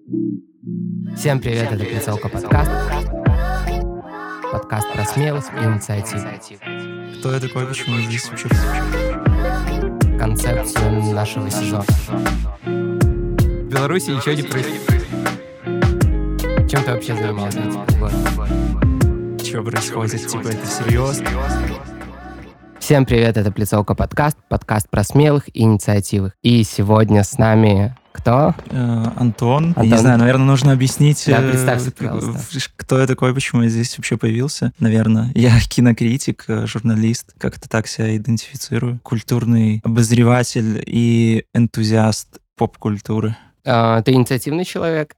Всем привет, это Прицелка подкаст. Подкаст про смелость и инициативу. Кто я такой, почему я здесь вообще? Концепцию нашего сезона. В Беларуси ничего не происходит. Чем ты вообще занимался эти полгода? Что происходит? Типа это серьезно? Всем привет, это Прицелка подкаст. Подкаст про смелых и инициативных. И сегодня с нами... Кто? Антон. Я не знаю, наверное, нужно объяснить, Да, представься, пожалуйста. Кто я такой, почему я здесь вообще появился. Наверное, я кинокритик, журналист, как-то так себя идентифицирую. Культурный обозреватель и энтузиаст поп-культуры. Ты инициативный человек?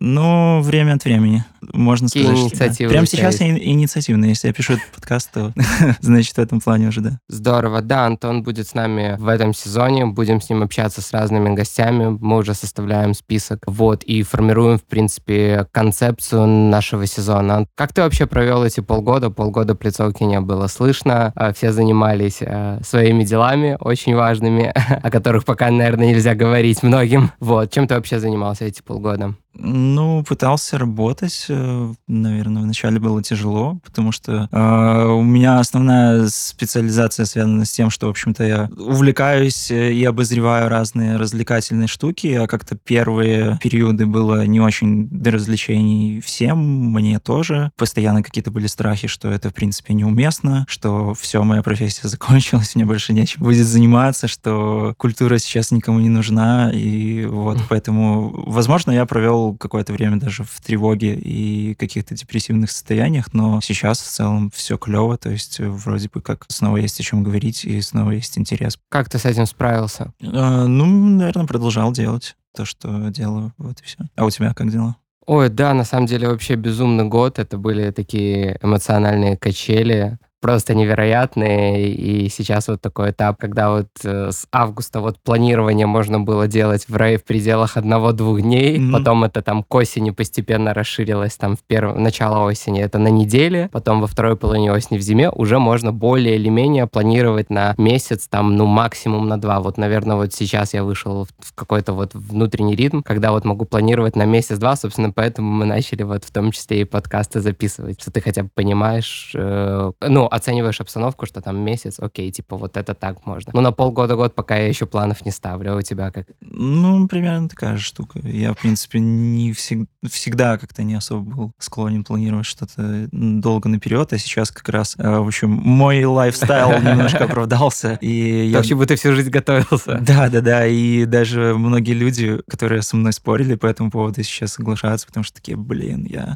Ну, время от времени, можно Какие сказать. инициативы Прямо у тебя сейчас я инициативный. Если я пишу этот подкаст, то значит, в этом плане уже, да. Здорово. Да, Антон будет с нами в этом сезоне. Будем с ним общаться с разными гостями. Мы уже составляем список. И формируем, в принципе, концепцию нашего сезона. Как ты вообще провел эти полгода? Полгода Прицелки не было слышно. Все занимались своими делами, очень важными, о которых пока, наверное, нельзя говорить многим. Чем ты вообще занимался эти полгода? Ну, пытался работать. Наверное, вначале было тяжело, потому что у меня основная специализация связана с тем, что, в общем-то, я увлекаюсь и обозреваю разные развлекательные штуки, а как-то первые периоды было не очень до развлечений всем, мне тоже. Постоянно какие-то были страхи, что это, в принципе, неуместно, что все, моя профессия закончилась, мне больше нечем будет заниматься, что культура сейчас никому не нужна, и поэтому, возможно, я провел какое-то время даже в тревоге и каких-то депрессивных состояниях, но сейчас в целом все клево, то есть вроде бы как снова есть о чем говорить и снова есть интерес. Как ты с этим справился? Наверное, продолжал делать то, что делаю, вот и все. А у тебя как дела? Ой, да, на самом деле вообще безумный год. Это были такие эмоциональные качели, просто невероятные. И сейчас такой этап, когда с августа планирование можно было делать в пределах 1-2 дней. Потом это к осени постепенно расширилось. В начало осени это на неделе. Потом во второй половине осени в зиме уже можно более или менее планировать на месяц, максимум на 2. Наверное, сейчас я вышел в какой-то внутренний ритм, когда могу планировать на месяц-два. Собственно, поэтому мы начали в том числе и подкасты записывать. Что ты хотя бы понимаешь, оцениваешь обстановку, что месяц, окей, это так можно. Но на полгода-год пока я еще планов не ставлю. А у тебя как? Примерно такая же штука. Я, в принципе, не всегда как-то не особо был склонен планировать что-то долго наперед, а сейчас как раз, в общем, мой лайфстайл немножко оправдался. Так, чтобы ты всю жизнь готовился. Да, и даже многие люди, которые со мной спорили по этому поводу, сейчас соглашаются, потому что такие, я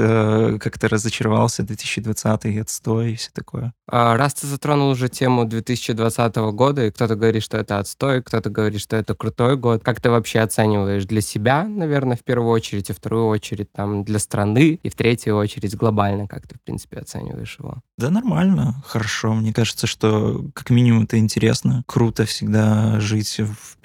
как-то разочаровался, 2020-й отстой и все такое. Раз ты затронул уже тему 2020 года, и кто-то говорит, что это отстой, кто-то говорит, что это крутой год, как ты вообще оцениваешь для себя, наверное, в первую очередь, и в вторую очередь для страны, и в третью очередь глобально, как ты, в принципе, оцениваешь его? Да нормально, хорошо. Мне кажется, что как минимум это интересно. Круто всегда жить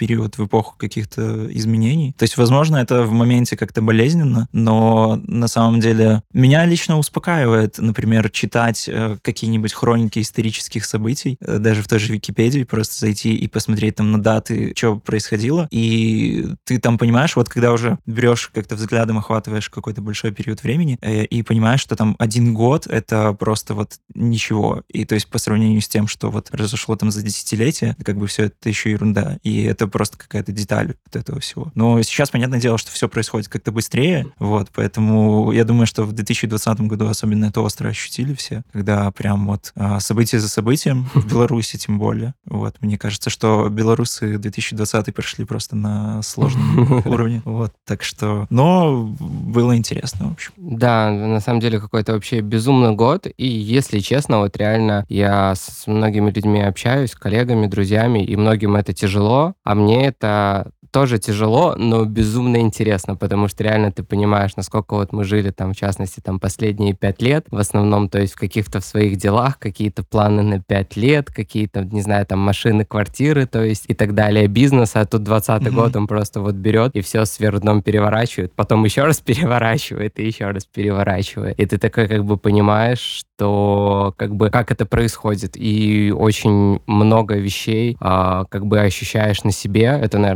в эпоху каких-то изменений. То есть, возможно, это в моменте как-то болезненно, но на самом деле меня лично успокаивает, например, читать какие-нибудь хроники исторических событий, даже в той же Википедии, просто зайти и посмотреть на даты, что происходило, и ты понимаешь, когда уже берешь как-то взглядом, охватываешь какой-то большой период времени, и понимаешь, что 1 год — это просто ничего. И то есть по сравнению с тем, что произошло за десятилетия, все это еще ерунда. И это просто какая-то деталь этого всего. Но сейчас, понятное дело, что все происходит как-то быстрее, поэтому я думаю, что в 2020 году особенно это остро ощутили все, когда прям событие за событием, в Беларуси тем более. Мне кажется, что белорусы 2020 прошли просто на сложном уровне. Так что... Но было интересно, в общем. Да, на самом деле какой-то вообще безумный год. И если честно, реально я с многими людьми общаюсь, коллегами, друзьями, и многим это тяжело, а мне это тоже тяжело, но безумно интересно, потому что реально ты понимаешь, насколько мы жили в частности, последние 5 лет, в основном, то есть в каких-то своих делах, какие-то планы на 5 лет, какие-то, не знаю, машины, квартиры, то есть и так далее, бизнес, а тут 20-й год он просто берет и все сверх дном переворачивает, потом еще раз переворачивает и еще раз переворачивает. И ты такой понимаешь, что как это происходит, и очень много вещей ощущаешь на себе. Это, наверное, такой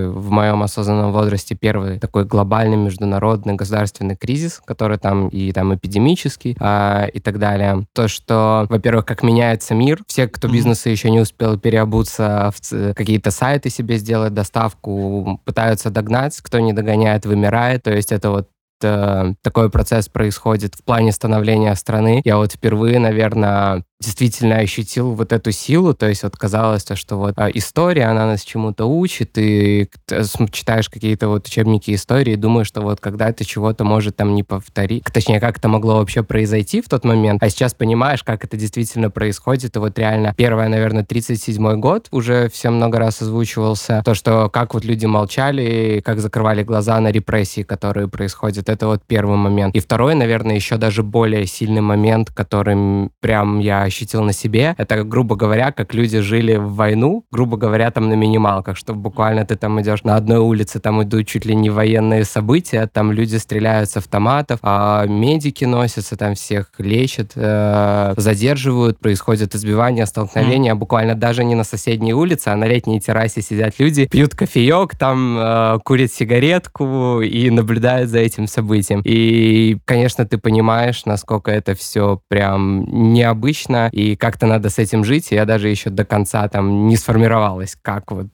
такой в моем осознанном возрасте первый такой глобальный международный государственный кризис, который там эпидемический и так далее. То, что, во-первых, как меняется мир, все, кто бизнесы еще не успел переобуться в какие-то сайты себе сделать, доставку, пытаются догнать, кто не догоняет, вымирает. То есть это вот такой процесс происходит в плане становления страны. Я вот впервые, наверное, действительно ощутил вот эту силу, то есть вот казалось, что вот история, она нас чему-то учит, и читаешь какие-то вот учебники истории, и думаешь, что вот когда-то чего-то может там не повторить, точнее, как это могло вообще произойти в тот момент, а сейчас понимаешь, как это действительно происходит, и вот реально первое, наверное, 37-й год уже всем много раз озвучивался, то, что как вот люди молчали, как закрывали глаза на репрессии, которые происходят, это вот первый момент. И второй, наверное, еще даже более сильный момент, которым прям я ощутил на себе, это, грубо говоря, как люди жили в войну, грубо говоря, там на минималках, что буквально ты там идешь на одной улице, там идут чуть ли не военные события, там люди стреляют с автоматов, а медики носятся, там всех лечат, задерживают, происходит избивание, столкновения, буквально даже не на соседней улице, а на летней террасе сидят люди, пьют кофеек, там курят сигаретку и наблюдают за этим событием. И, конечно, ты понимаешь, насколько это все прям необычно, и как-то надо с этим жить. И я даже еще до конца там не сформировалась, как вот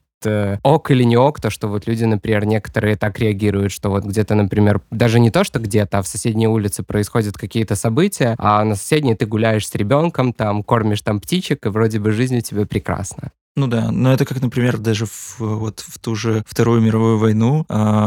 ок или не ок, то, что вот люди, например, некоторые так реагируют, что вот где-то, например, даже не то, что где-то, а в соседней улице происходят какие-то события, а на соседней ты гуляешь с ребенком, там, кормишь там птичек, и вроде бы жизнь у тебя прекрасна. Ну да, но это как, например, даже в ту же Вторую мировую войну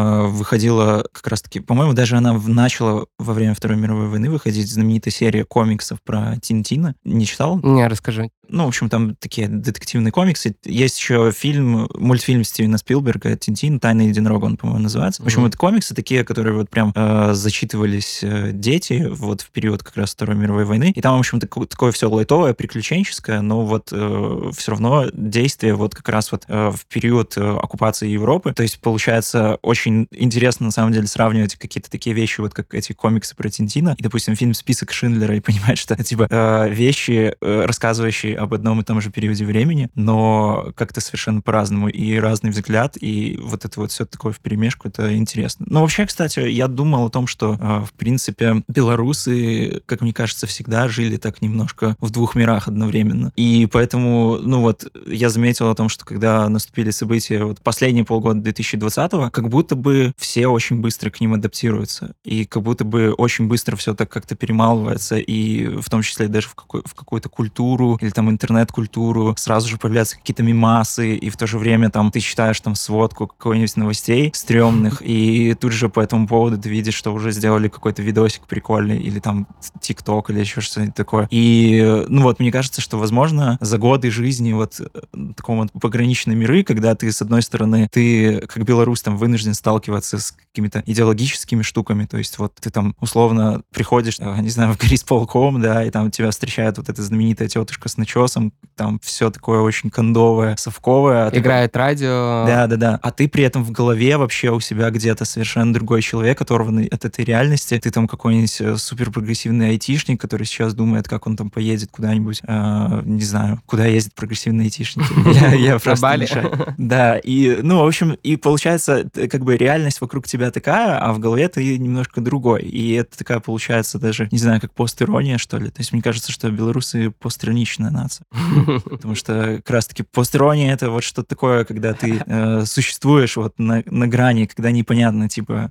выходила как раз-таки, по-моему, даже она начала во время Второй мировой войны выходить знаменитая серия комиксов про Тинтина. Не читал? Не, расскажи. Ну, в общем, там такие детективные комиксы. Есть еще мультфильм Стивена Спилберга «Тинтин. Тайна единорога», он, по-моему, называется. В общем, это комиксы такие, которые вот прям зачитывались дети вот в период как раз Второй мировой войны. И там, в общем, такое все лайтовое, приключенческое, но вот все равно действие вот как раз вот в период оккупации Европы. То есть, получается, очень интересно, на самом деле, сравнивать какие-то такие вещи, вот как эти комиксы про Тинтина, и, допустим, фильм «Список Шиндлера», и понимать, что, типа, вещи, рассказывающие об одном и том же периоде времени, но как-то совершенно по-разному, и разный взгляд, и вот это вот все такое вперемешку, это интересно. Но вообще, кстати, я думал о том, что, в принципе, белорусы, как мне кажется, всегда жили так немножко в двух мирах одновременно. И поэтому, ну вот, я заметил о том, что когда наступили события вот последние полгода 2020-го, как будто бы все очень быстро к ним адаптируются, и как будто бы очень быстро все так как-то перемалывается, и в том числе даже в какую-то культуру или там интернет-культуру, сразу же появляются какие-то мемасы, и в то же время там ты читаешь там сводку какой-нибудь новостей стрёмных, и тут же по этому поводу ты видишь, что уже сделали какой-то видосик прикольный, или там ТикТок, или еще что-нибудь такое. И, ну вот, мне кажется, что, возможно, за годы жизни вот такого вот пограничные миры, когда ты, с одной стороны, ты, как белорус, там, вынужден сталкиваться с какими-то идеологическими штуками, то есть вот ты там, условно, приходишь, не знаю, в горисполком, да, и там тебя встречает вот эта знаменитая тетушка с начесом, там все такое очень кондовое, совковое. Играет радио. Да. А ты при этом в голове вообще у себя где-то совершенно другой человек, оторванный от этой реальности. Ты там какой-нибудь суперпрогрессивный айтишник, который сейчас думает, как он там поедет куда-нибудь, не знаю, куда ездят прогрессивные айтишники. Я просто мешаю. Да, и, ну, в общем, и получается, как бы реальность вокруг тебя такая, а в голове ты немножко другой. И это такая получается даже, не знаю, как постирония, что ли. То есть мне кажется, что белорусы постироничная нация. Потому что как раз-таки постирония — это вот что-то такое, когда ты существуешь вот на грани, когда непонятно, типа,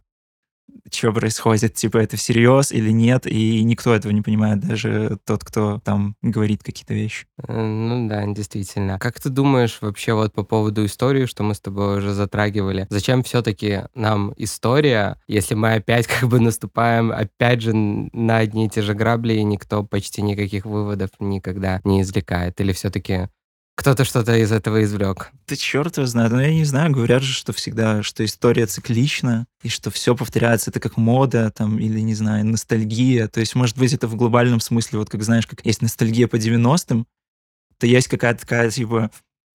что происходит, типа, это всерьез или нет, и никто этого не понимает, даже тот, кто там говорит какие-то вещи. Ну да, действительно. Как ты думаешь вообще вот по поводу истории, что мы с тобой уже затрагивали? Зачем все-таки нам история, если мы опять как бы наступаем опять же на одни и те же грабли, и никто почти никаких выводов никогда не извлекает? Или все-таки кто-то что-то из этого извлек? Да черт его знает. Ну, я не знаю, говорят же, что всегда, что история циклична, и что все повторяется, это как мода, там, или, не знаю, ностальгия. То есть, может быть, это в глобальном смысле, вот как, знаешь, как есть ностальгия по 90-м, то есть какая-то такая, типа,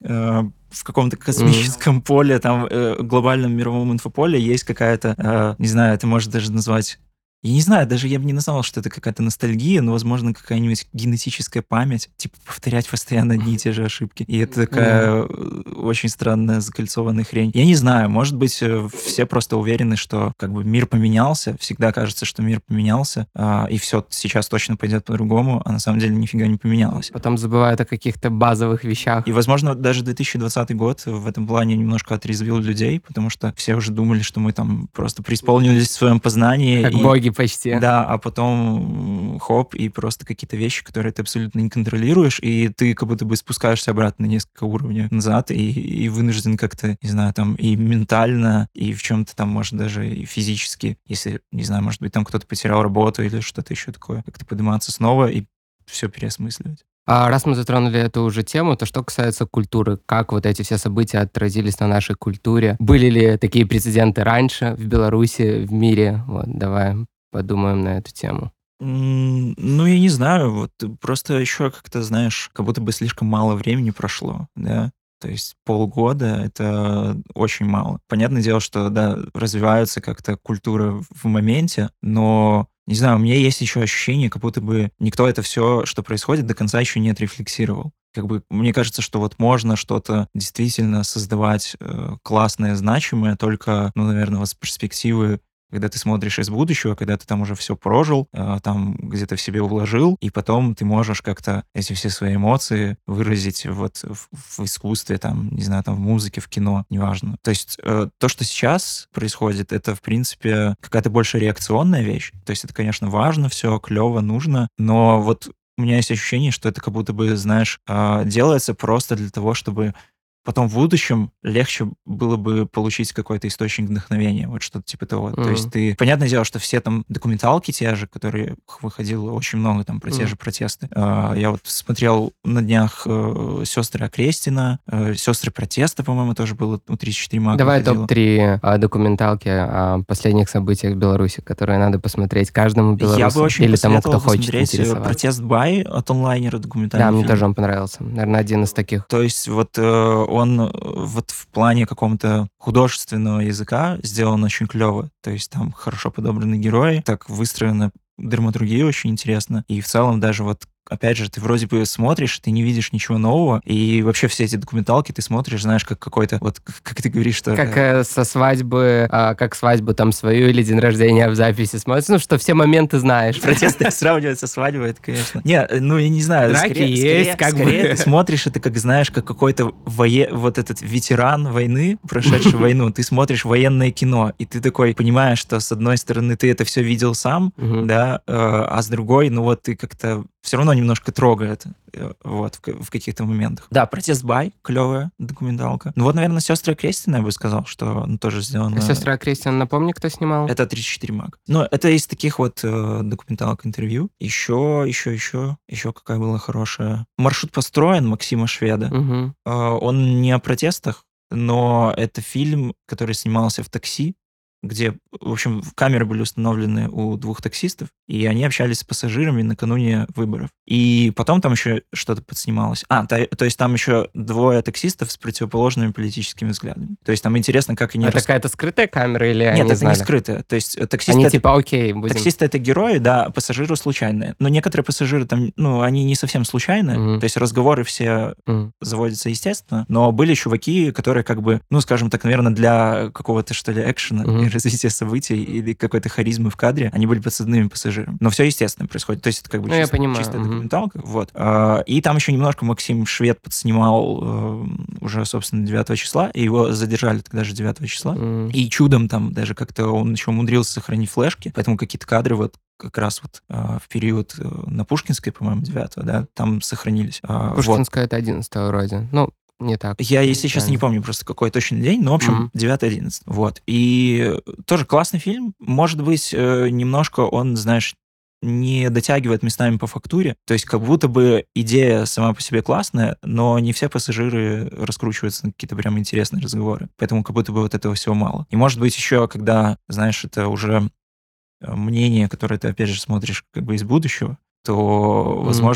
в каком-то космическом поле, там, глобальном мировом инфополе есть какая-то, не знаю, это можно даже назвать Я не знаю, даже я бы не назвал, что это какая-то ностальгия, но, возможно, какая-нибудь генетическая память, типа повторять постоянно одни и те же ошибки. И это М. такая очень странная закольцованная хрень. Я не знаю, может быть, все просто уверены, что как бы мир поменялся, всегда кажется, что мир поменялся, и все сейчас точно пойдет по-другому, а на самом деле нифига не поменялось. Потом забывают о каких-то базовых И, вещах. возможно, даже 2020 год в этом плане немножко отрезвил людей, потому что все уже думали, что мы там просто преисполнились в своем познании, Как и боги почти. да, а потом хоп, и просто какие-то вещи, которые ты абсолютно не контролируешь, и ты как будто бы спускаешься обратно на несколько уровней назад, и вынужден как-то, не знаю, там и ментально, и в чем-то там, может, даже и физически, если, не знаю, может быть, там кто-то потерял работу или что-то еще такое, как-то подниматься снова и все переосмысливать. А раз мы затронули эту уже тему, то что касается культуры, как вот эти все события отразились на нашей культуре? Были ли такие прецеденты раньше в Беларуси, в мире? Вот, давай подумаем на эту тему. Ну, я не знаю, вот просто еще как-то, знаешь, как будто бы слишком мало времени прошло, да. То есть полгода — это очень мало. Понятное дело, что, да, развивается как-то культура в моменте, но, не знаю, у меня есть еще ощущение, как будто бы никто это все, что происходит, до конца еще не отрефлексировал. Как бы мне кажется, что вот можно что-то действительно создавать классное, значимое, только, ну, наверное, вот с перспективы, когда ты смотришь из будущего, когда ты там уже все прожил, там где-то в себе уложил, и потом ты можешь как-то эти все свои эмоции выразить вот в искусстве, там, не знаю, там, в музыке, в кино, неважно. То есть то, что сейчас происходит, это, в принципе, какая-то больше реакционная вещь. То есть это, конечно, важно, все клево, нужно, но вот у меня есть ощущение, что это как будто бы, знаешь, делается просто для того, чтобы потом в будущем легче было бы получить какой-то источник вдохновения, вот что-то типа того. То есть М, ты... Понятное дело, что все там документалки те же, которые выходило очень много там про те м. же протесты. Я вот смотрел на днях «Сестры Окрестина», «Сестры протеста», по-моему, тоже было у 34 мага Давай выходило. топ-3 документалки о последних событиях в Беларуси, которые надо посмотреть каждому Я бы белорусу очень или тому, кто посоветовал хочет посмотреть интересоваться. «Протест Бай» от онлайнера, Да, документальный мне фильм. тоже он понравился. Наверное, один из таких. То есть вот он вот в плане каком-то художественного языка сделан очень клево. То есть там хорошо подобраны герои, так выстроена драматургия очень интересно. И в целом даже вот опять же, ты вроде бы смотришь, ты не видишь ничего нового, и вообще все эти документалки ты смотришь, знаешь, как какой-то, вот как ты говоришь, что... Как со свадьбы, как свадьбу там свою или день рождения в записи смотришь, ну, что все моменты знаешь. Протесты сравнивать со свадьбой, это, конечно. Не, ну, я не знаю, Драки есть, как скорее ты бы. смотришь это, как, знаешь, как какой-то вот этот ветеран войны, прошедший войну, ты смотришь военное кино, и ты такой понимаешь, что, с одной стороны, ты это все видел сам, Мгм. да, а с другой, ну, вот ты как-то все равно немножко трогает, вот, в каких-то моментах. Да, «Протест Бай», клевая документалка. Ну, вот, наверное, «Сестры Крестина», я бы сказал, что тоже сделано. Сестра Кристиан, напомни, кто снимал? Это 34 маг. Но это из таких вот документалок интервью. Еще какая была хорошая. «Маршрут построен» Максима Шведа. Мгм. Он не о протестах, но это фильм, который снимался в такси, где, в общем, камеры были установлены у двух таксистов, и они общались с пассажирами накануне выборов. И потом там еще что-то подснималось. То есть там еще двое таксистов с противоположными политическими взглядами. То есть там интересно, как они... Это какая-то скрытая камера или Нет, они это не знали? скрытое. То есть Они типа, окей, будем. таксисты — это герои, да, а пассажиры случайные. Но некоторые пассажиры там, ну, они не совсем случайные. Мгм. То есть разговоры все Мгм. заводятся естественно, но были чуваки, которые как бы, ну, скажем так, наверное, для какого-то, что ли, экшена и Мгм. развития событий или какой-то харизмы в кадре, они были подсадными пассажирами. Но все естественно происходит. То есть это как бы Ну, я понимаю. чистая Мгм. документалка. Вот. И там еще немножко Максим Швед подснимал уже, собственно, 9 числа, и его задержали тогда же 9 числа. М. И чудом там даже как-то он еще умудрился сохранить флешки, поэтому какие-то кадры вот как раз вот в период на Пушкинской, по-моему, 9 да, там сохранились. Вот. Пушкинская это 11 вроде. Ну, не так. Я, если честно, не правильно. помню просто какой точный день, но, в общем, Мгм. 9-11. Вот. И тоже классный фильм. Может быть, немножко он, знаешь, не дотягивает местами по фактуре. То есть как будто бы идея сама по себе классная, но не все пассажиры раскручиваются на какие-то прям интересные разговоры. Поэтому как будто бы вот этого всего мало. И может быть еще, когда, знаешь, это уже мнение, которое ты, опять же, смотришь как бы из будущего, то, Мгм. возможно,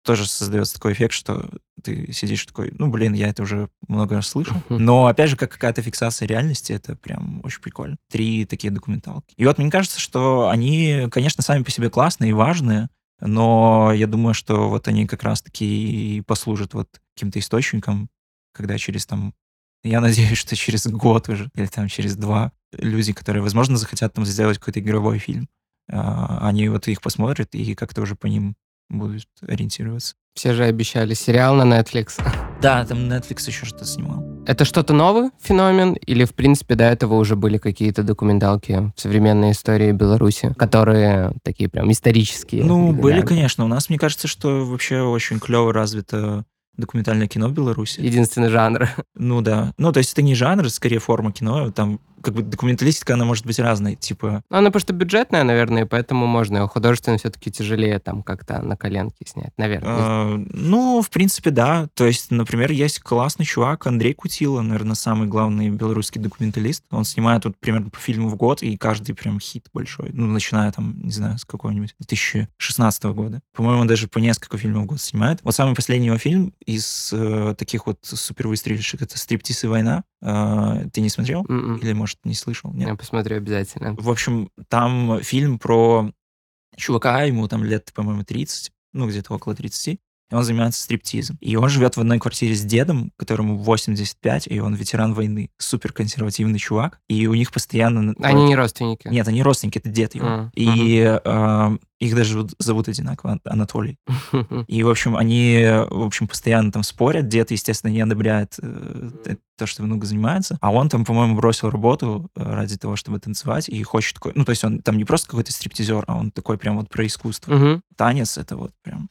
тоже создается такой эффект, что ты сидишь такой, ну, блин, я это уже много раз слышал. Но, опять же, как какая-то фиксация реальности, это прям очень прикольно. 3 такие документалки. И вот мне кажется, что они, конечно, сами по себе классные и важные, но я думаю, что вот они как раз-таки и послужат вот каким-то источником, когда через там, я надеюсь, что через год уже, или там через 2, люди, которые, возможно, захотят там сделать какой-то игровой фильм, они вот их посмотрят и как-то уже по ним будут ориентироваться. Все же обещали сериал на Netflix. Да, там Netflix еще что-то снимал. Это что-то новый феномен? Или, в принципе, до этого уже были какие-то документалки в современной истории Беларуси, которые такие прям исторические? Ну, были, легендарные? конечно. У нас, мне кажется, что вообще очень клево развито документальное кино в Беларуси. Единственный жанр. Ну да. Ну, то есть это не жанр, это скорее форма кино. Там как бы документалистика, она может быть разной. Типа, Ну, она просто бюджетная, наверное, и поэтому можно. А художественно все-таки тяжелее там как-то на коленке снять, наверное. ну, в принципе, да. То есть, например, есть классный чувак Андрей Кутила, наверное, самый главный белорусский документалист. Он снимает вот примерно по фильму в год, и каждый прям хит большой. Ну, начиная там, не знаю, с какого-нибудь 2016 года. По-моему, он даже по несколько фильмов в год снимает. Вот самый последний его фильм из таких вот супер выстреливших — это «Стриптиз и война». Ты не смотрел? Мгм. Или, может, не слышал? Нет? Я посмотрю обязательно. В общем, там фильм про чувака, ему там лет, по-моему, 30, ну, где-то около 30, и он занимается стриптизом. И он живет в одной квартире с дедом, которому 85, и он ветеран войны. Супер консервативный чувак. И у них постоянно... Они не родственники. Нет, они родственники, это дед его. И их даже зовут одинаково, Анатолий. И, в общем, они, в общем, постоянно там спорят. Дед, естественно, не одобряет то, что внук занимается. А он там, по-моему, бросил работу ради того, чтобы танцевать, и хочет такой... Ну, то есть он там не просто какой-то стриптизер, а он такой прям вот про искусство. Мгм. Танец — это вот прям...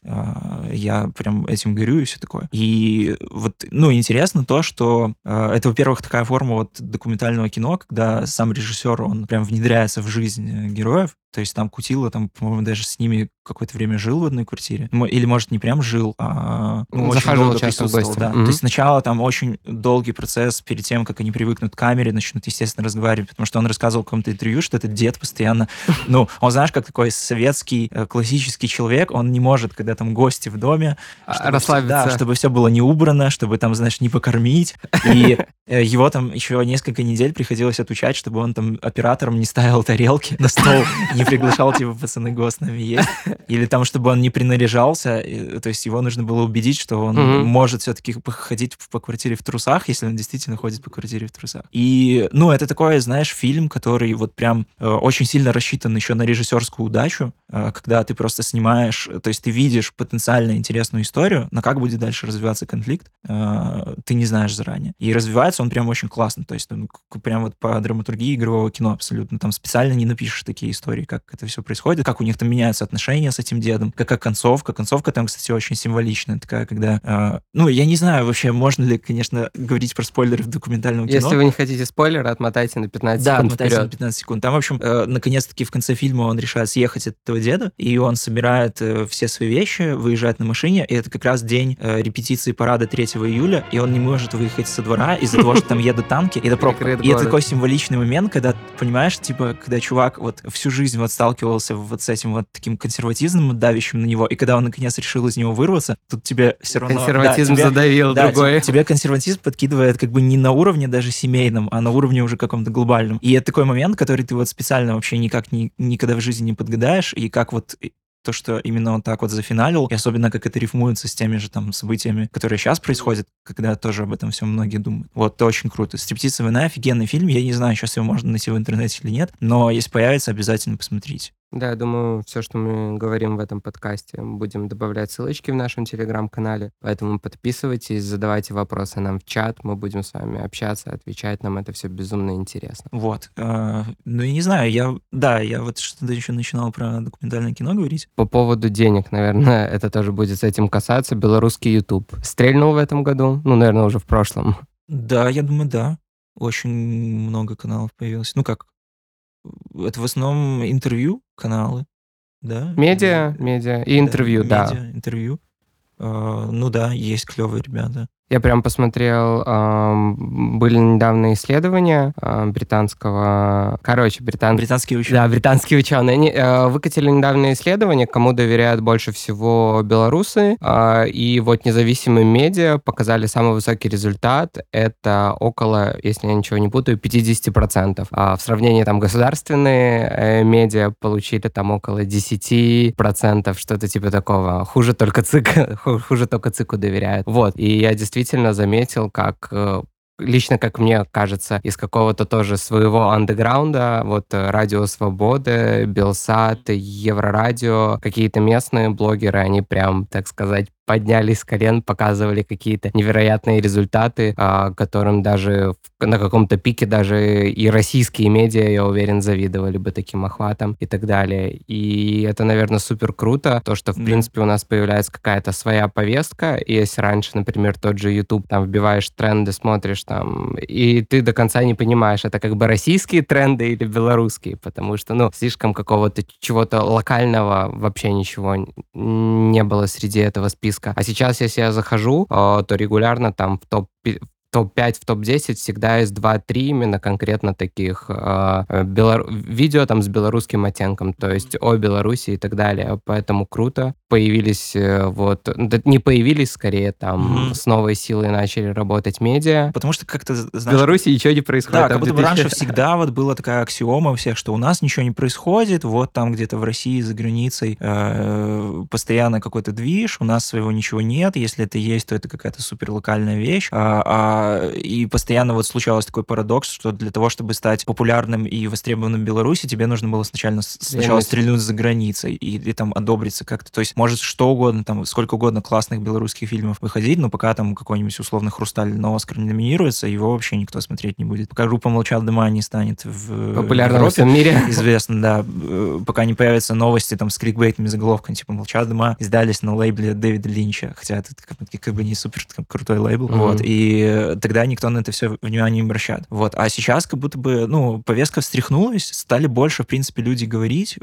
я прям этим горю и все такое. И вот, ну, интересно то, что это, во-первых, такая форма вот документального кино, когда сам режиссер, он прям внедряется в жизнь героев. То есть там Кутила, там, по-моему, даже с ними какое-то время жил в одной квартире. Или, может, не прям жил, а очень Захаживал долго часто в присутствовал. гости. Да. Мгм. То есть сначала там очень долгий процесс перед тем, как они привыкнут к камере, начнут, естественно, разговаривать, потому что он рассказывал в каком-то интервью, что этот дед постоянно... Ну, он, знаешь, как такой советский классический человек, он не может, когда там гости в доме, Расслабиться. чтобы все было не убрано, чтобы там, знаешь, не покормить. И его там еще несколько недель приходилось отучать, чтобы он там оператором не ставил тарелки на стол, не приглашал, типа, пацаны, го, с нами есть. Или там, чтобы он не принаряжался, то есть его нужно было убедить, что он может все-таки ходить по квартире в трусах, если он действительно ходит по квартире в трусах. И, ну, это такой, знаешь, фильм, который вот прям очень сильно рассчитан еще на режиссерскую удачу, когда ты просто снимаешь, то есть ты видишь потенциально интересную историю, но как будет дальше развиваться конфликт, ты не знаешь заранее. И развивается он прям очень классно, то есть он прям вот по драматургии игрового кино абсолютно. Там специально не напишешь такие истории, как это все происходит, как у них там меняются отношения с этим дедом, какая концовка. Концовка там, кстати, очень символичная, такая, когда... ну, я не знаю вообще, можно ли, конечно, говорить про спойлеры в документальном кино. Если вы не хотите спойлера, отмотайте на 15 Да, секунд отмотайте на вперед. 15 секунд. Там, в общем, наконец-таки в конце фильма он решает съехать от этого деда, и он собирает все свои вещи, выезжает на машине, и это как раз день репетиции парада 3 июля, и он не может выехать со двора из-за того, что там едут танки, и это пробка. Перекрыт И это город. такой символичный момент, когда, понимаешь, типа, когда чувак вот всю жизнь вот сталкивался вот с этим вот таким консерватизмом, давящим на него, и когда он наконец решил из него вырваться, тут тебе все равно... Консерватизм тебе- задавил да, другой. тебе консерватизм подкидывает как бы не на уровне даже семейном, а на уровне уже каком-то глобальном. И это такой момент, который ты вот специально вообще никак никогда в жизни не подгадаешь, и как вот то, что именно он так вот зафиналил, и особенно как это рифмуется с теми же там событиями, которые сейчас происходят, когда тоже об этом все многие думают. Вот, это очень круто. «Стриптиз и война» — офигенный фильм. Я не знаю, сейчас его можно найти в интернете или нет, но если появится, обязательно посмотрите. Да, я думаю, все, что мы говорим в этом подкасте, будем добавлять ссылочки в нашем телеграм-канале. Поэтому подписывайтесь, задавайте вопросы нам в чат. Мы будем с вами общаться, отвечать. Нам это все безумно интересно. Вот. Ну, я не знаю, я вот что-то еще начинал про документальное кино говорить. По поводу денег, наверное, это тоже будет с этим касаться. Белорусский YouTube стрельнул в этом году, ну, наверное, уже в прошлом. Да, я думаю, да. Очень много каналов появилось. Ну как, это в основном интервью каналы, да? Медиа и интервью, да. Медиа, интервью. Ну да, есть клевые ребята. Я прям посмотрел, были недавно исследования британского... Короче, Британские да, ученые. британские ученые. Они выкатили недавнее исследование, кому доверяют больше всего белорусы. И вот независимые медиа показали самый высокий результат. Это около, если я ничего не путаю, 50%. В сравнении там государственные медиа получили там около 10%, что-то типа такого. Хуже только ЦИКу доверяют. Вот. И я действительно заметил, как лично, как мне кажется, из какого-то тоже своего андеграунда, вот Радио Свободы, Белсат, Еврорадио, какие-то местные блогеры, они прям, так сказать, поднялись с колен, показывали какие-то невероятные результаты, которым даже на каком-то пике даже и российские медиа, я уверен, завидовали бы таким охватом и так далее. И это, наверное, супер круто, то, что, в принципе, у нас появляется какая-то своя повестка. И если раньше, например, тот же YouTube, там, вбиваешь тренды, смотришь там, и ты до конца не понимаешь, это как бы российские тренды или белорусские, потому что, ну, слишком какого-то чего-то локального вообще ничего не было среди этого списка. А сейчас, если я захожу, то регулярно там в топ-5, в топ-10 всегда есть 2-3 именно конкретно таких видео там с белорусским оттенком, то есть о Беларуси и так далее. Поэтому круто. Появились не появились, скорее там с новой силой начали работать медиа. Потому что как-то, знаешь... В Беларуси ничего не происходит. Да, как будто бы раньше всегда вот была такая аксиома у всех, что у нас ничего не происходит, вот там где-то в России за границей постоянно какой-то движ, у нас своего ничего нет, если это есть, то это какая-то суперлокальная вещь, и постоянно вот случалось такой парадокс, что для того, чтобы стать популярным и востребованным в Беларуси, тебе нужно было сначала стрельнуть за границей и там одобриться как-то, то есть может что угодно, там сколько угодно классных белорусских фильмов выходить, но пока там какой-нибудь условный «Хрусталь» на «Оскар» не номинируется, его вообще никто смотреть не будет. Пока группа «Молчал Дыма» не станет в популярным Европе, во всем мире. Известно, да. Пока не появятся новости там с кликбейтными заголовками, типа «Молчал Дыма» издались на лейбле Дэвида Линча, хотя это как бы не супер крутой лейбл. Вот. И тогда никто на это все внимание не обращает. Вот. А сейчас как будто бы, ну, повестка встряхнулась, стали больше, в принципе, люди говорить,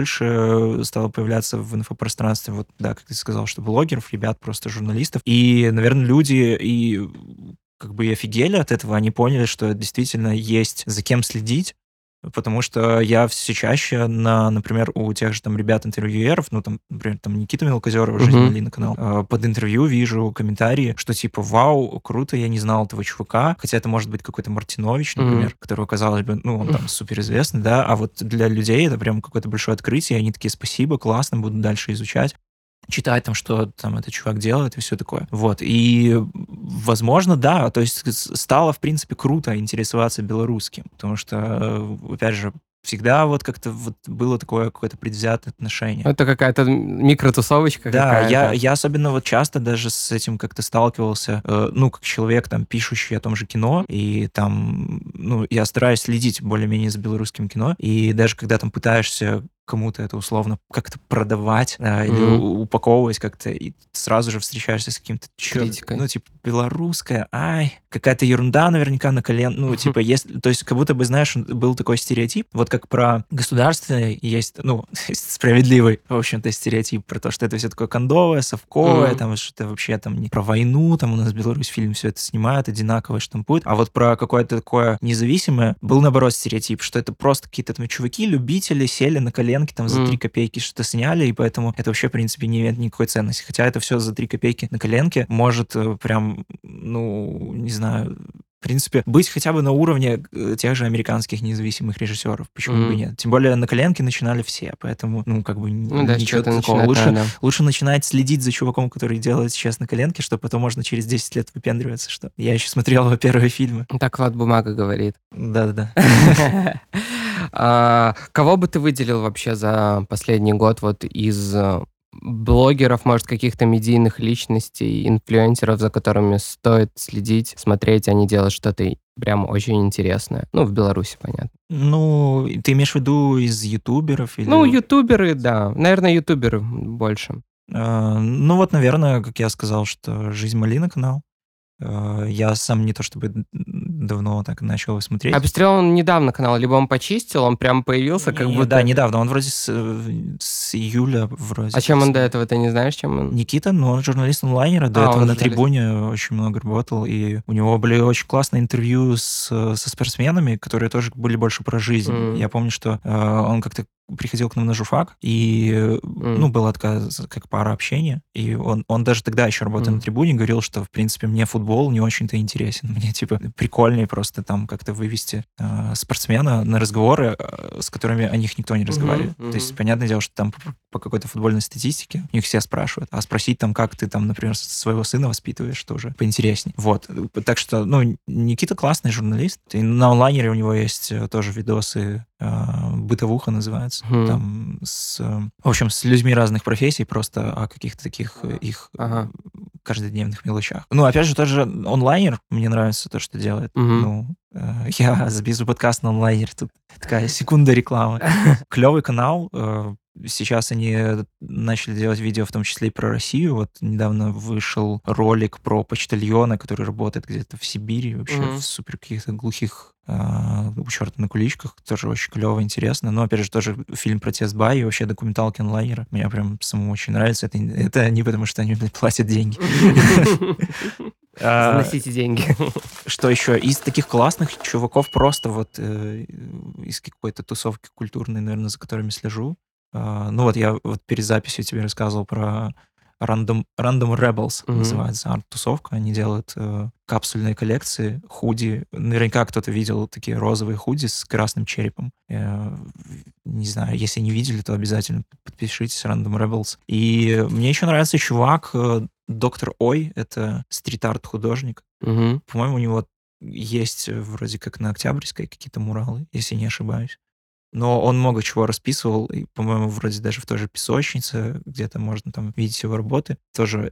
больше стало появляться в инфопространстве, вот, да, как ты сказал, что блогеров, ребят, просто журналистов. И, наверное, люди и как бы и офигели от этого, они поняли, что действительно есть за кем следить, потому что я все чаще, например, у тех же там ребят-интервьюеров, ну, там, например, там Никита Мелкозерова, «Жизнь Малина» канал, под интервью вижу комментарии, что типа, вау, круто, я не знал этого чувака, хотя это может быть какой-то Мартинович, например, которого, казалось бы, ну, он там суперизвестный, да, а вот для людей это прям какое-то большое открытие, и они такие, спасибо, классно, буду дальше изучать. Читать там, что там этот чувак делает и все такое. Вот. И, возможно, да, то есть стало, в принципе, круто интересоваться белорусским, потому что, опять же, всегда вот как-то вот было такое какое-то предвзятое отношение. Это какая-то микротусовочка да, какая-то. Я особенно вот часто даже с этим как-то сталкивался, ну, как человек, там, пишущий о том же кино, и там, ну, я стараюсь следить более-менее за белорусским кино, и даже когда там пытаешься кому-то это условно как-то продавать или упаковывать как-то, и сразу же встречаешься с каким-то критикой. Ну, типа, белорусская, какая-то ерунда наверняка на колен. Ну, типа, то есть как будто бы, знаешь, был такой стереотип, вот как про государственное есть, ну, справедливый, в общем-то, стереотип про то, что это все такое кондовое, совковое, там, что-то вообще там не про войну, там у нас в Беларусь фильм все это снимают, одинаково штампуют, а вот про какое-то такое независимое был, наоборот, стереотип, что это просто какие-то там чуваки, любители, сели на колен там за 3 копейки что-то сняли, и поэтому это вообще, в принципе, не имеет никакой ценности. Хотя это все за 3 копейки на коленке может прям, ну, не знаю, в принципе, быть хотя бы на уровне тех же американских независимых режиссеров. Почему бы нет? Тем более на коленке начинали все, поэтому, ну, как бы ничего такого. Лучше начинать следить за чуваком, который делает сейчас на коленке, что потом можно через 10 лет выпендриваться, что я еще смотрел его первые фильмы. Так Влад Бумага говорит. Да-да-да. Кого бы ты выделил вообще за последний год вот из блогеров, может, каких-то медийных личностей, инфлюенсеров, за которыми стоит следить, смотреть, они делают что-то прям очень интересное? Ну, в Беларуси, понятно. Ну, ты имеешь в виду из ютуберов? Или... Ну, ютуберы, да. Наверное, ютуберы больше. Ну, вот, наверное, как я сказал, что «Жизнь Малина» канал. Я сам не то чтобы давно так начал его А смотреть. посмотрел он недавно канал, либо он почистил, он прям появился, как будто... Да, недавно. Он вроде с июля вроде. А чем он до этого, ты не знаешь, чем он? Никита, ну, он журналист онлайнера, до этого он на журналист. Трибуне очень много работал, и у него были очень классные интервью со спортсменами, которые тоже были больше про жизнь. Я помню, что он как-то приходил к нам на журфак, и, ну, была такая как пара общения, и он даже тогда еще работая на Трибуне говорил, что, в принципе, мне футбол не очень-то интересен. Мне, типа, прикольнее просто там как-то вывести спортсмена на разговоры, с которыми о них никто не разговаривает. То есть, понятное дело, что там по какой-то футбольной статистике их все спрашивают, а спросить там, как ты там, например, своего сына воспитываешь, что уже поинтереснее. Вот. Так что, ну, Никита классный журналист, и на онлайнере у него есть тоже видосы, «Бытовуха» называется, там в общем, с людьми разных профессий, просто о каких-то таких их каждодневных мелочах. Ну, опять же, тоже онлайнер, мне нравится то, что делает. Ну, я записываю подкаст на онлайнере, тут такая секунда рекламы. Клевый канал. Сейчас они начали делать видео, в том числе и про Россию. Вот недавно вышел ролик про почтальона, который работает где-то в Сибири, вообще в супер каких-то глухих у черта на куличках. Тоже очень клево, интересно. Но, опять же, тоже фильм про Тесбай и вообще документалки онлайнера. Мне прям самому очень нравится. Это не потому, что они мне платят деньги. Заносите деньги. Что еще? Из таких классных чуваков просто вот из какой-то тусовки культурной, наверное, за которыми слежу. Ну вот я вот перед записью тебе рассказывал про Random Rebels, называется арт-тусовка. Они делают капсульные коллекции, худи. Наверняка кто-то видел такие розовые худи с красным черепом. Не знаю, если не видели, то обязательно подпишитесь, Random Rebels. И мне еще нравится чувак, Доктор Ой, это стрит-арт художник. По-моему, у него есть вроде как на Октябрьской какие-то муралы, если не ошибаюсь. Но он много чего расписывал, и, по-моему, вроде даже в той же песочнице, где-то можно там видеть его работы. Тоже,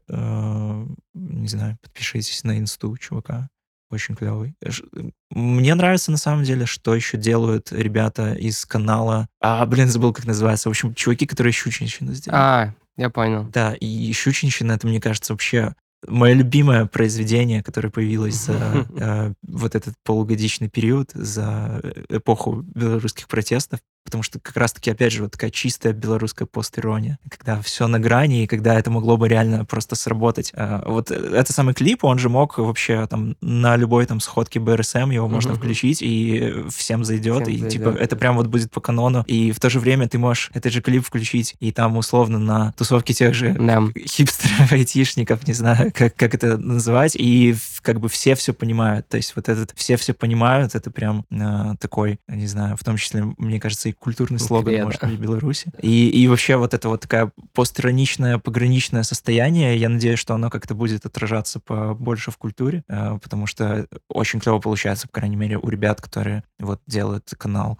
не знаю, подпишитесь на инсту чувака. Очень клевый. Мне нравится, на самом деле, что еще делают ребята из канала... забыл, как называется. В общем, чуваки, которые щучничину сделали. Я понял. Да, и щучничина, это, мне кажется, вообще мое любимое произведение, которое появилось за вот этот полугодичный период, за эпоху белорусских протестов, потому что как раз-таки, опять же, вот такая чистая белорусская постирония, когда все на грани, и когда это могло бы реально просто сработать. Вот этот самый клип, он же мог вообще там на любой там сходке БРСМ его можно включить, и всем зайдет, и типа это прям вот будет по канону, и в то же время ты можешь этот же клип включить, и там условно на тусовке тех же хипстеров, айтишников, не знаю, как это называть, и как бы все понимают. То есть вот этот все понимают, это прям такой, не знаю, в том числе, мне кажется, и культурный слоган, может быть, в Беларуси. И вообще вот это вот такая постироничное, пограничное состояние, я надеюсь, что оно как-то будет отражаться побольше в культуре, потому что очень клево получается, по крайней мере, у ребят, которые вот делают канал.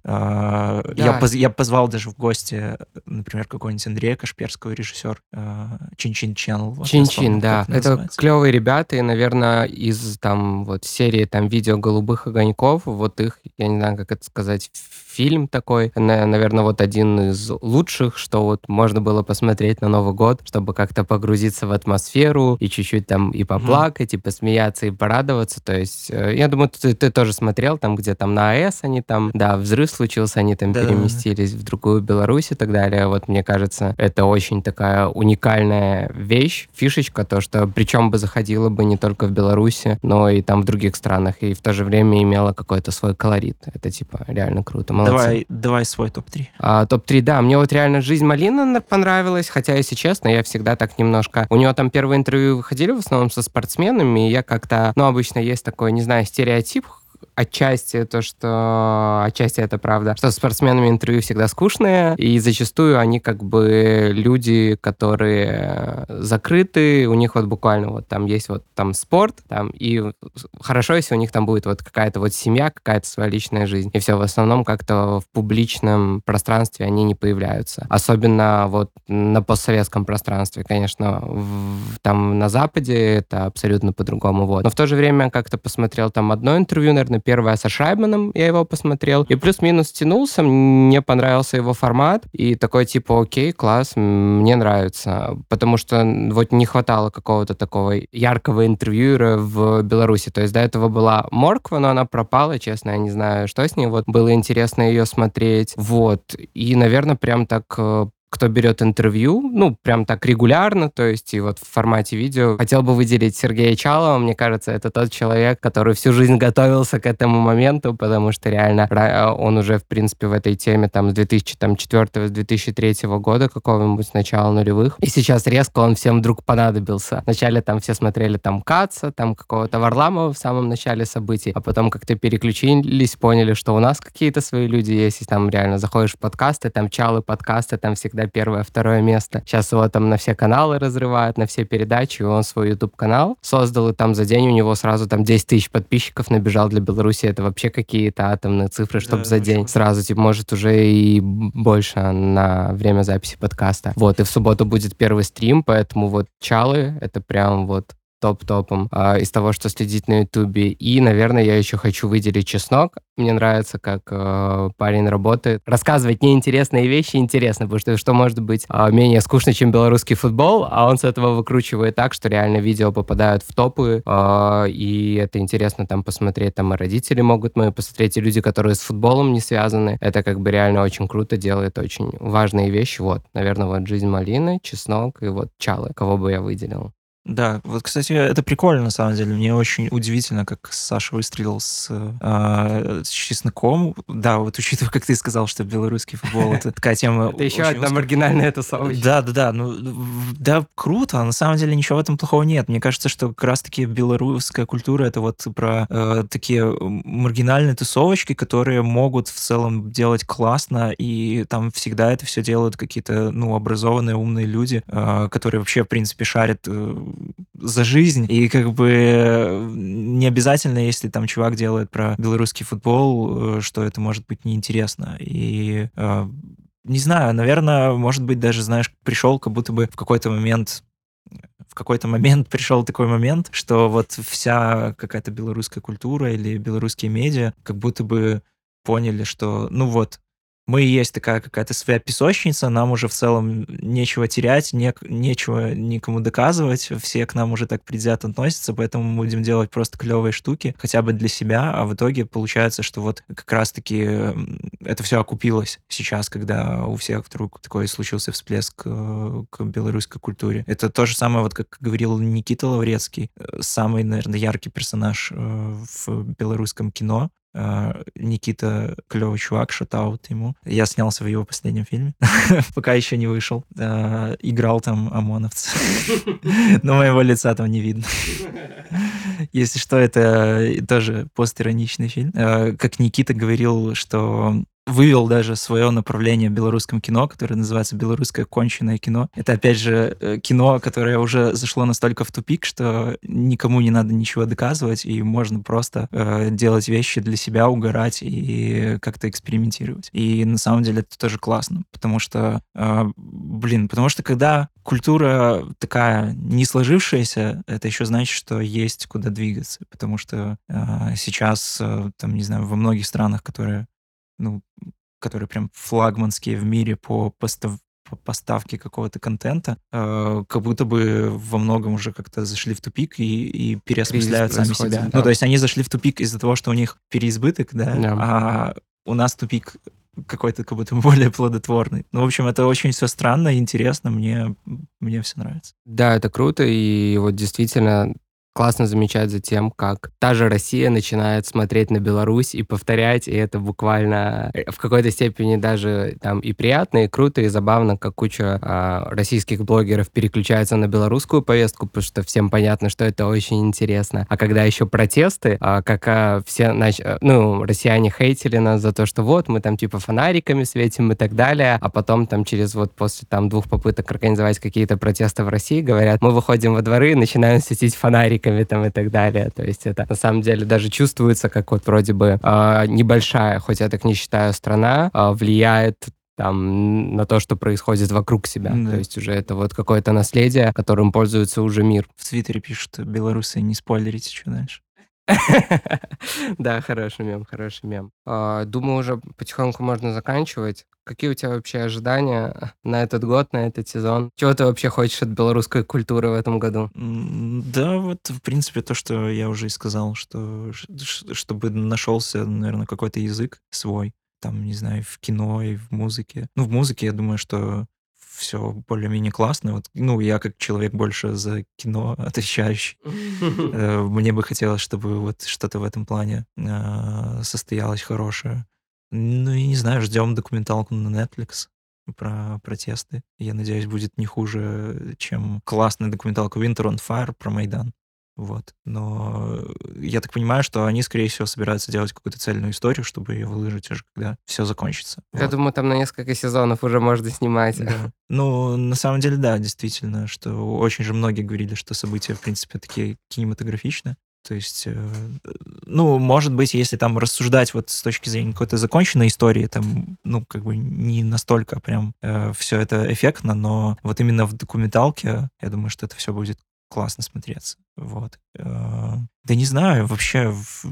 Я позвал даже в гости, например, какого-нибудь Андрея Кашперского, режиссер Чин-Чин Channel. Чин-Чин, да. Это клевые ребята, и, наверное, из там вот серии там видео «Голубых огоньков», вот их, я не знаю, как это сказать, фильм такой, наверное, вот один из лучших, что вот можно было посмотреть на Новый год, чтобы как-то погрузиться в атмосферу и чуть-чуть там и поплакать, и посмеяться, и порадоваться. То есть, я думаю, ты тоже смотрел, там, где там на АЭС они там, да, взрыв случился, они там переместились в другую Беларусь и так далее. Вот мне кажется, это очень такая уникальная вещь, фишечка, то, что причем бы заходила бы не только в Беларуси, но и там в других странах, и в то же время имела какой-то свой колорит. Это типа реально круто. Давай свой топ-3. Топ-3, да. Мне вот реально «Жизнь Малина» понравилась, хотя, если честно, я всегда так немножко... У него там первые интервью выходили в основном со спортсменами, и я как-то... обычно есть такой, не знаю, стереотип, отчасти это правда, что с спортсменами интервью всегда скучные, и зачастую они как бы люди, которые закрыты, у них вот буквально вот там есть вот там спорт, там, и хорошо, если у них там будет вот какая-то вот семья, какая-то своя личная жизнь, и все, в основном как-то в публичном пространстве они не появляются. Особенно вот на постсоветском пространстве, конечно, там на Западе это абсолютно по-другому, вот. Но в то же время как-то посмотрел там одно интервью, наверное, первая со Шрайбманом, я его посмотрел, и плюс-минус тянулся, мне понравился его формат, и такой типа, окей, класс, мне нравится, потому что вот не хватало какого-то такого яркого интервьюера в Беларуси, то есть до этого была Морква, но она пропала, честно, я не знаю, что с ней, вот было интересно ее смотреть, вот, и, наверное, прям так кто берет интервью, ну, прям так регулярно, то есть и вот в формате видео. Хотел бы выделить Сергея Чалова, мне кажется, это тот человек, который всю жизнь готовился к этому моменту, потому что реально он уже, в принципе, в этой теме там с 2004-2003 года, какого-нибудь с начала нулевых. И сейчас резко он всем вдруг понадобился. Вначале там все смотрели там Каца, там какого-то Варламова в самом начале событий, а потом как-то переключились, поняли, что у нас какие-то свои люди есть, и там реально заходишь в подкасты, там Чалы подкасты, там всегда первое, второе место. Сейчас его там на все каналы разрывают, на все передачи, и он свой YouTube-канал создал, и там за день у него сразу там 10 тысяч подписчиков набежал для Беларуси. Это вообще какие-то атомные цифры, чтобы за день сразу, типа, может, уже и больше на время записи подкаста. Вот, и в субботу будет первый стрим, поэтому вот Чалы — это прям вот топ-топом из того, что следить на Ютубе. И, наверное, я еще хочу выделить Чеснок. Мне нравится, как парень работает. Рассказывать неинтересные вещи интересно, потому что может быть менее скучно, чем белорусский футбол, а он с этого выкручивает так, что реально видео попадают в топы, и это интересно там посмотреть. Там и родители могут мои посмотреть, и люди, которые с футболом не связаны. Это как бы реально очень круто, делает очень важные вещи. Вот, наверное, вот «Жизнь малины», Чеснок и вот Чалы, кого бы я выделил. Да, вот, кстати, это прикольно, на самом деле. Мне очень удивительно, как Саша выстрелил с Чесноком. Да, вот учитывая, как ты сказал, что белорусский футбол — это такая тема. Это еще одна маргинальная тусовочка. Да, ну, да, круто, на самом деле ничего в этом плохого нет. Мне кажется, что как раз-таки белорусская культура — это вот про такие маргинальные тусовочки, которые могут в целом делать классно, и там всегда это все делают какие-то, ну, образованные, умные люди, которые вообще, в принципе, шарят за жизнь, и как бы не обязательно, если там чувак делает про белорусский футбол, что это может быть неинтересно. И не знаю, наверное, может быть, даже, знаешь, пришел как будто бы в какой-то момент пришел такой момент, что вот вся какая-то белорусская культура или белорусские медиа как будто бы поняли, что, ну вот, мы и есть такая какая-то своя песочница, нам уже в целом нечего терять, нечего никому доказывать, все к нам уже так предвзято относятся, поэтому мы будем делать просто клевые штуки, хотя бы для себя, а в итоге получается, что вот как раз-таки это все окупилось сейчас, когда у всех вдруг такой случился всплеск к белорусской культуре. Это то же самое, вот как говорил Никита Лаврецкий, самый, наверное, яркий персонаж в белорусском кино. Никита клевый чувак, шатаут ему. Я снялся в его последнем фильме, пока еще не вышел. Играл там ОМОНовца. Но моего лица там не видно. Если что, это тоже постироничный фильм. Как Никита говорил, что вывел даже свое направление в белорусском кино, которое называется «Белорусское конченое кино». Это, опять же, кино, которое уже зашло настолько в тупик, что никому не надо ничего доказывать, и можно просто делать вещи для себя, угорать и как-то экспериментировать. И на самом деле это тоже классно, потому что, потому что когда культура такая не сложившаяся, это еще значит, что есть куда двигаться, потому что сейчас, там, не знаю, во многих странах, которые прям флагманские в мире по поставке какого-то контента, как будто бы во многом уже как-то зашли в тупик и переосмысляют сами себя. Да. Ну, то есть они зашли в тупик из-за того, что у них переизбыток, да, а у нас тупик какой-то как будто более плодотворный. Ну, в общем, это очень все странно и интересно, мне все нравится. Да, это круто, и вот действительно классно замечать за тем, как та же Россия начинает смотреть на Беларусь и повторять, и это буквально в какой-то степени даже там и приятно, и круто, и забавно, как куча российских блогеров переключается на белорусскую повестку, потому что всем понятно, что это очень интересно. А когда еще протесты, как все россияне хейтили нас за то, что вот, мы там типа фонариками светим и так далее, а потом там после там 2 попыток организовать какие-то протесты в России, говорят, мы выходим во дворы и начинаем светить фонариками там и так далее. То есть это на самом деле даже чувствуется, как вот вроде бы небольшая, хоть я так не считаю, страна, влияет там на то, что происходит вокруг себя. Да. То есть уже это вот какое-то наследие, которым пользуется уже мир. В Твиттере пишут: белорусы, не спойлерите, что дальше. Да, хороший мем, хороший мем. Думаю, уже потихоньку можно заканчивать. Какие у тебя вообще ожидания на этот год, на этот сезон? Чего ты вообще хочешь от белорусской культуры в этом году? Да, вот, в принципе, то, что я уже и сказал, что чтобы нашелся, наверное, какой-то язык свой, там, не знаю, в кино и в музыке. Ну, в музыке, я думаю, что все более-менее классно. Вот, ну, я как человек больше за кино отвечающий. Мне бы хотелось, чтобы вот что-то в этом плане состоялось хорошее. Ну, и не знаю, ждем документалку на Netflix про протесты. Я надеюсь, будет не хуже, чем классная документалка Winter on Fire про Майдан. Вот. Но я так понимаю, что они, скорее всего, собираются делать какую-то цельную историю, чтобы ее выложить уже, когда все закончится. Я Вот. думаю, там на несколько сезонов уже можно снимать. Да. Ну, на самом деле, да, действительно, что очень же многие говорили, что события, в принципе, такие кинематографичные. То есть, ну, может быть, если там рассуждать вот с точки зрения какой-то законченной истории, там, ну, как бы не настолько прям все это эффектно, но вот именно в документалке, я думаю, что это все будет классно смотреться. Вот. Да не знаю, вообще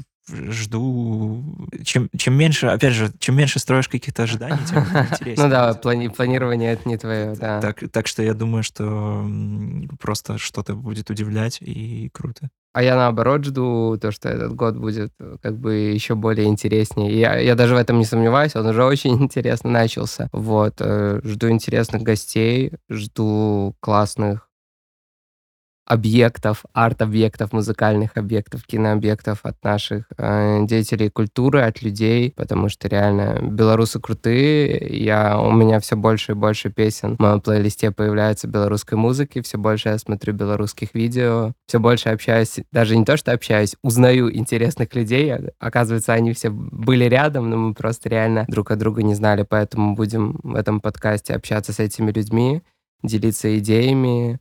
жду... Чем меньше, опять же, чем меньше строишь каких-то ожиданий, тем это интереснее. Ну да, планирование это не твое, да. Так что я думаю, что просто что-то будет удивлять и круто. А я наоборот жду то, что этот год будет как бы еще более интереснее. И я даже в этом не сомневаюсь, он уже очень интересно начался. Вот, жду интересных гостей, жду классных объектов, арт-объектов, музыкальных объектов, кинообъектов от наших деятелей культуры, от людей, потому что реально белорусы крутые. У меня все больше и больше песен в моем плейлисте появляется белорусской музыки, все больше я смотрю белорусских видео, все больше общаюсь, даже не то, что общаюсь, узнаю интересных людей. Оказывается, они все были рядом, но мы просто реально друг от друга не знали, поэтому будем в этом подкасте общаться с этими людьми, делиться идеями,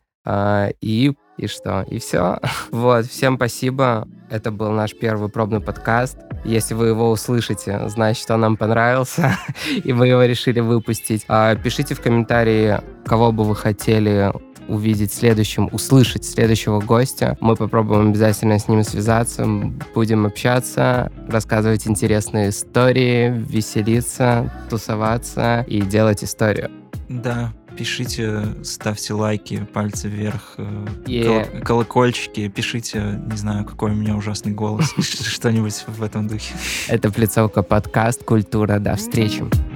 и что? И все. Вот, всем спасибо. Это был наш первый пробный подкаст. Если вы его услышите, значит, он нам понравился, и мы его решили выпустить. Пишите в комментарии, кого бы вы хотели увидеть услышать следующего гостя. Мы попробуем обязательно с ним связаться, будем общаться, рассказывать интересные истории, веселиться, тусоваться и делать историю. Да, пишите, ставьте лайки, пальцы вверх, Yeah. колокольчики, пишите, не знаю, какой у меня ужасный голос, что-нибудь в этом духе. Это Плицовка подкаст «Культура». До встречи.